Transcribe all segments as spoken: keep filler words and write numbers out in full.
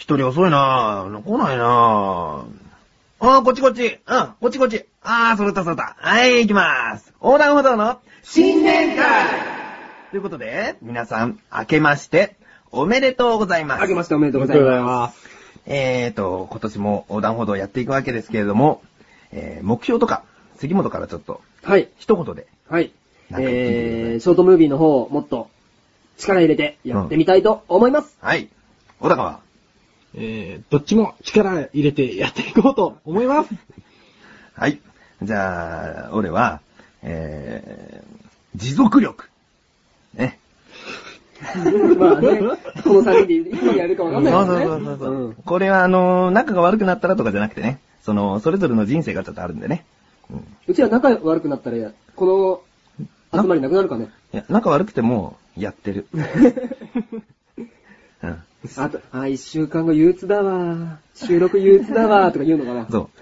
一人遅いなぁ。来ないなぁ。あー、こっちこっち。うん、こっちこっち。あー、それたそれた。はい、行きまーす。横断歩道の新年会ということで、皆さん、明けまして、おめでとうございます。 明けましておめでとうございます。 えーと、今年も横断歩道をやっていくわけですけれども、えー、目標とか、杉本からちょっと、 はい。 一言で。 はい。 なんか言ってみてください。 えー、ショートムービーの方をもっと力入れてやってみたいと思います。 うん、はい。小高はえー、どっちも力入れてやっていこうと思います。 はい。じゃあ、俺は、えー、持続力。ね。 まあね、このさんにんでいつやるかわかんないですね。 そうそうそうそう、うん。これはあのー、仲が悪くなったらとかじゃなくてね、その、それぞれの人生がちょっとあるんでね。 うん、うちは仲悪くなったら、この集まりなくなるかね。 いや、仲悪くても、やってる。うん、 あと、あ、一週間後憂鬱だわ。収録憂鬱だわ。とか言うのかな。 そう。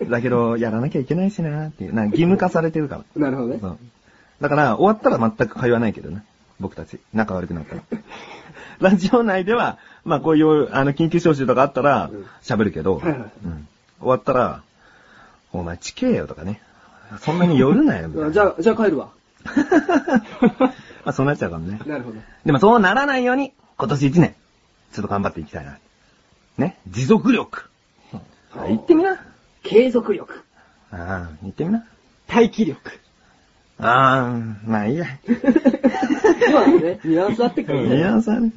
だけど、やらなきゃいけないしなっていう。なんか義務化されてるから。 なるほどね。 そう。だから、終わったら全く会話ないけどね。僕たち。仲悪くなったら。ラジオ内では、まあこういう、あの、緊急招集とかあったら、喋るけど、 はいはいうん、終わったら、お前ちけえよとかね。そんなに寄るなよ、みたいな。 じゃあ、じゃあ帰るわ。 まあそうなっちゃうかもね。 なるほど。 でもそうならないように、今年一年、ちょっと頑張っていきたいな。ね。持続力。はい、言ってみな。 継続力。 ああ、言ってみな。 待機力。 ああ、まあいいや。 まあね、ニュアンスあってくるね。 ニュアンスある。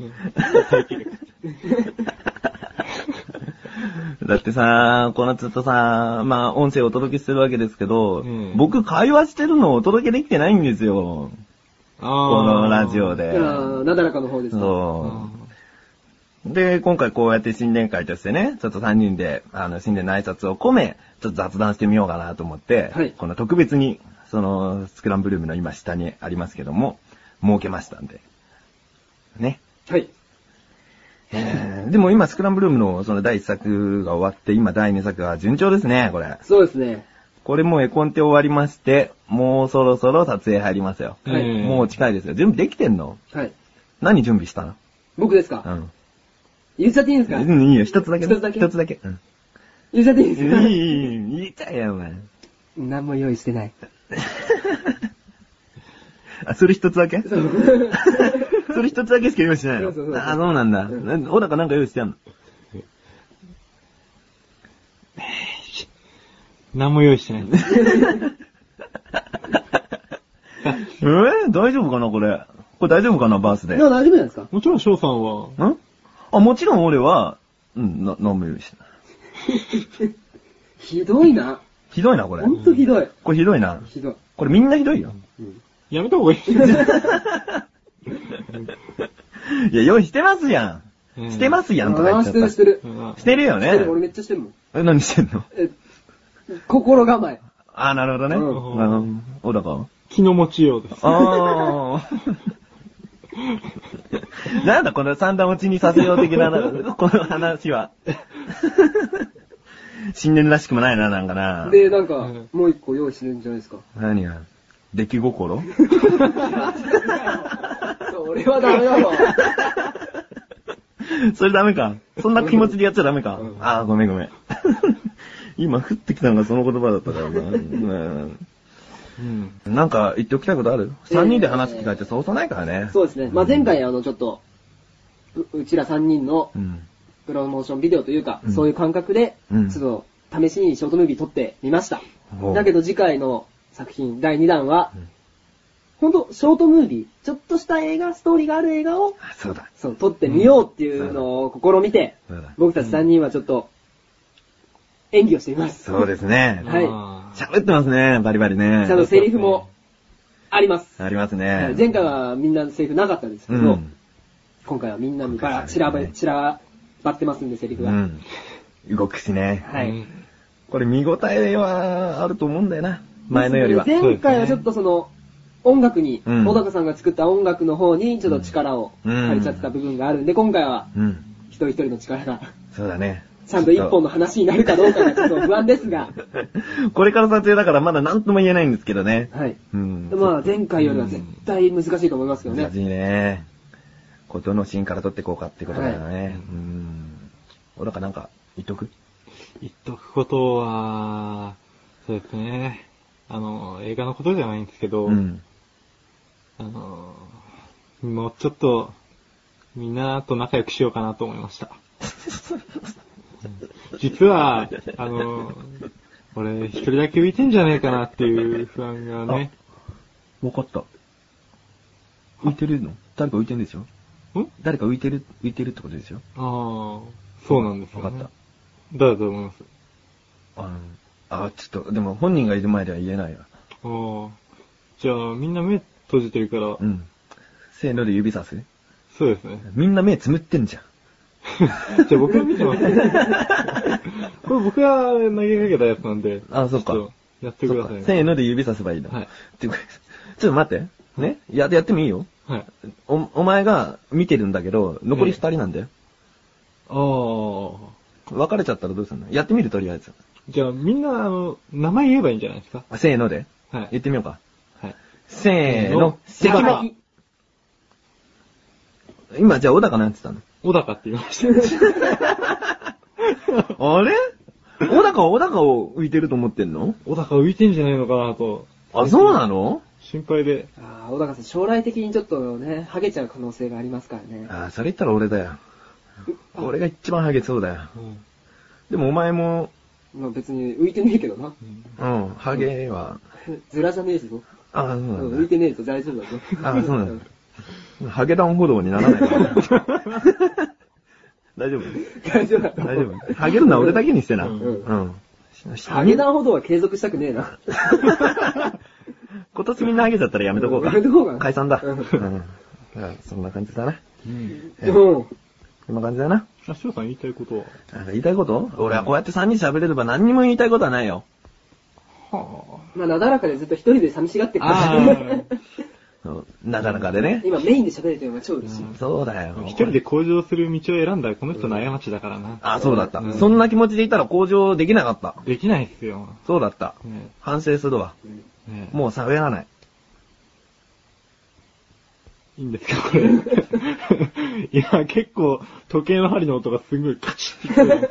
だってさ、このずっとさ、まあ音声をお届けしてるわけですけど、うん、僕会話してるのをお届けできてないんですよ。あこのラジオで。 ああ、なだらかの方ですね。 そう。で、今回こうやって新年会としてね、ちょっとさんにんで、あの、新年の挨拶を込め、ちょっと雑談してみようかなと思って、はい、この特別に、その、スクランブルームの今下にありますけども、設けましたんで。ね。 はい。 えー、でも今スクランブルームのそのだいいっさくが終わって、今だいにさくが順調ですね、これ。 そうですね。 これもう絵コンテ終わりまして、もうそろそろ撮影入りますよ。はい。もう近いですよ。準備できてんの？ はい。 何準備したの？ 僕ですか？ うん。 言っちゃっていいんですか？ うん、いいよ。一つだけ、 ね。一つだけ？ 一つだけ。うん。 言っちゃっていいんですか？ いい、いい、言いたいよ、お前。 何も用意してない。 あ、それ一つだけ？ そう。 それ一つだけしか用意してないの？ そうそうそう。 あ、そうなんだ。うん、小高なんか用意してんの？ 何も用意してない。 えー、大丈夫かなこれ。これ大丈夫かなバースで。 いや、大丈夫じゃないですか。 もちろん翔さんは。 んあ、もちろん俺は、うん、な、何も用意してない。 ひどいな。 ひどいな、これ。 ほんとひどい。 これひどいな。 ひどい。 これみんなひどいよ。 うん、やめた方がいい。 いや、用意してますやん。うん、してますやんとか言っちゃった。 あー、してる、してる。してるよね。 してる、俺めっちゃしてるもん。 え、何してんの？ え、心構え。 あー、なるほどね。うん。あの、小高気の持ちようです。 あー。なんだこの三段落ちにさせよう的な、この話は。新年らしくもないな、なんかな。 で、なんか、もう一個用意してるんじゃないですか。 何が出来心それはダメだろ。 それダメか。そんな気持ちでやっちゃダメか。うん、あー、ごめんごめん。今降ってきたのがその言葉だったからな。うんうん、なんか言っておきたいことある？さんにんで話す機会ってそうそうないからね。 えー、そうですね。まあ、前回あのちょっとう、うちらさんにんのプロモーションビデオというか、うん、そういう感覚で、ちょっと試しにショートムービー撮ってみました。うん、だけど次回の作品だいにだんは、うん、ほんとショートムービー、ちょっとした映画、ストーリーがある映画を、 そうだ。 そう、撮ってみようっていうのを試みて、僕たちさんにんはちょっと演技をしてみます。 そうですね。 はい。 喋ってますね、バリバリね。 ちゃんとセリフもあります。 ありますね。 前回はみんなセリフなかったんですけど、うん、今回はみんなにバラ散らば、散らばってますんで、セリフが。うん。 動くしね。 はい。 これ見応えはあると思うんだよな。前のよりは。 前回はちょっとその、音楽に、小、うん、高さんが作った音楽の方にちょっと力を借りちゃった部分があるんで、今回は、一人一人の力が。 そうだね。 ちゃんと一本の話になるかどうかがちょっと不安ですが。 これから撮影だからまだ何とも言えないんですけどね。 はい。うん。まあ前回よりは絶対難しいと思いますけどね。 難しいね。どのシーンから撮っていこうかってことだよね。はい、うん。 小高なんか言っとく？ 言っとくことは、そうですね。あの、映画のことじゃないんですけど、うん、あの、もうちょっと、みんなと仲良くしようかなと思いました。実は、あの、俺一人だけ浮いてんじゃねえかなっていう不安がね。 わかった。浮いてるの？誰か浮いてるんでしょ？ん？誰か浮いてる、浮いてるってことですよ。 ああ、そうなんですよ、ね。わかった。誰だと思います？ あの、あ、ちょっと、でも本人がいる前では言えないわ。 ああ。じゃあ、みんな目閉じてるから。 うん。せーので指さす？ そうですね。 みんな目つむってんじゃん。 じゃあ僕は見てます。これ僕が投げかけたやつなんで。 あ、そっか。 やってください、ね。 せーので指させばいいの。はい。ちょっと待って。ね？や、やってもいいよ。はい。お、お前が見てるんだけど、残り二人なんだよ。 ああ。 別れちゃったらどうするの？やってみるとりあえず。 じゃあみんな、あの、名前言えばいいんじゃないですか？ せーので。はい。言ってみようか。はい。せーの。 関間。 今、じゃあ小高なんて言ったの？ 小高って言いました。 あれ？小高は小高を浮いてると思ってんの？ 小高浮いてんじゃないのかなと。 あ、そうなの？ 心配で。 ああ、小高さん、将来的にちょっとね、ハゲちゃう可能性がありますからね。 ああ、それ言ったら俺だよ。俺が一番ハゲそうだよ。うん、でもお前も、 まあ別に浮いてねえけどな。 うん、ハゲは。 ずらじゃねえぞ。 ああ、そうなんだ。 浮いてねえと大丈夫だぞ。 ああ、そうなんだ。ハゲダウン歩道にならないから。大丈夫？ 大丈夫だ。 大丈夫。ハゲるのは俺だけにしてな。うん。うん。 ハゲダウン歩道は継続したくねえな。 今年みんなハゲちゃったらやめとこうか。 やめとこうか。 解散だ。うん。そんな感じだな。 うん。 こんな感じだな。 あ、しょうさん言いたいことは？ 言いたいこと？俺はこうやってさんにん喋れれば何にも言いたいことはないよ。 はぁ。まあ、なだらかでずっと一人で寂しがってくるから。 なかなかでね。 今メインで喋れてるのが超嬉しい。 そうだよ。 一人で向上する道を選んだこの人の過ちだからな。 あ、そうだった。そんな気持ちでいたら向上できなかった。 できないっすよ。 そうだった。反省するわ。もう喋らない。 いいんですかこれ。いや、結構時計の針の音がすごいカチッって聞こ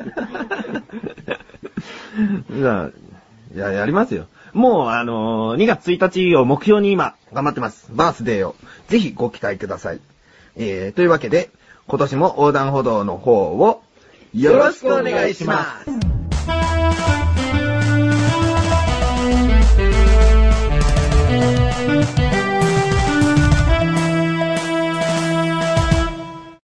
える。じゃあ、いや、やりますよ。もう、あのー、にがつついたちを目標に今、頑張ってます。バースデーを。ぜひご期待ください。えー、というわけで、今年も横断歩道の方を、よろしくお願いします。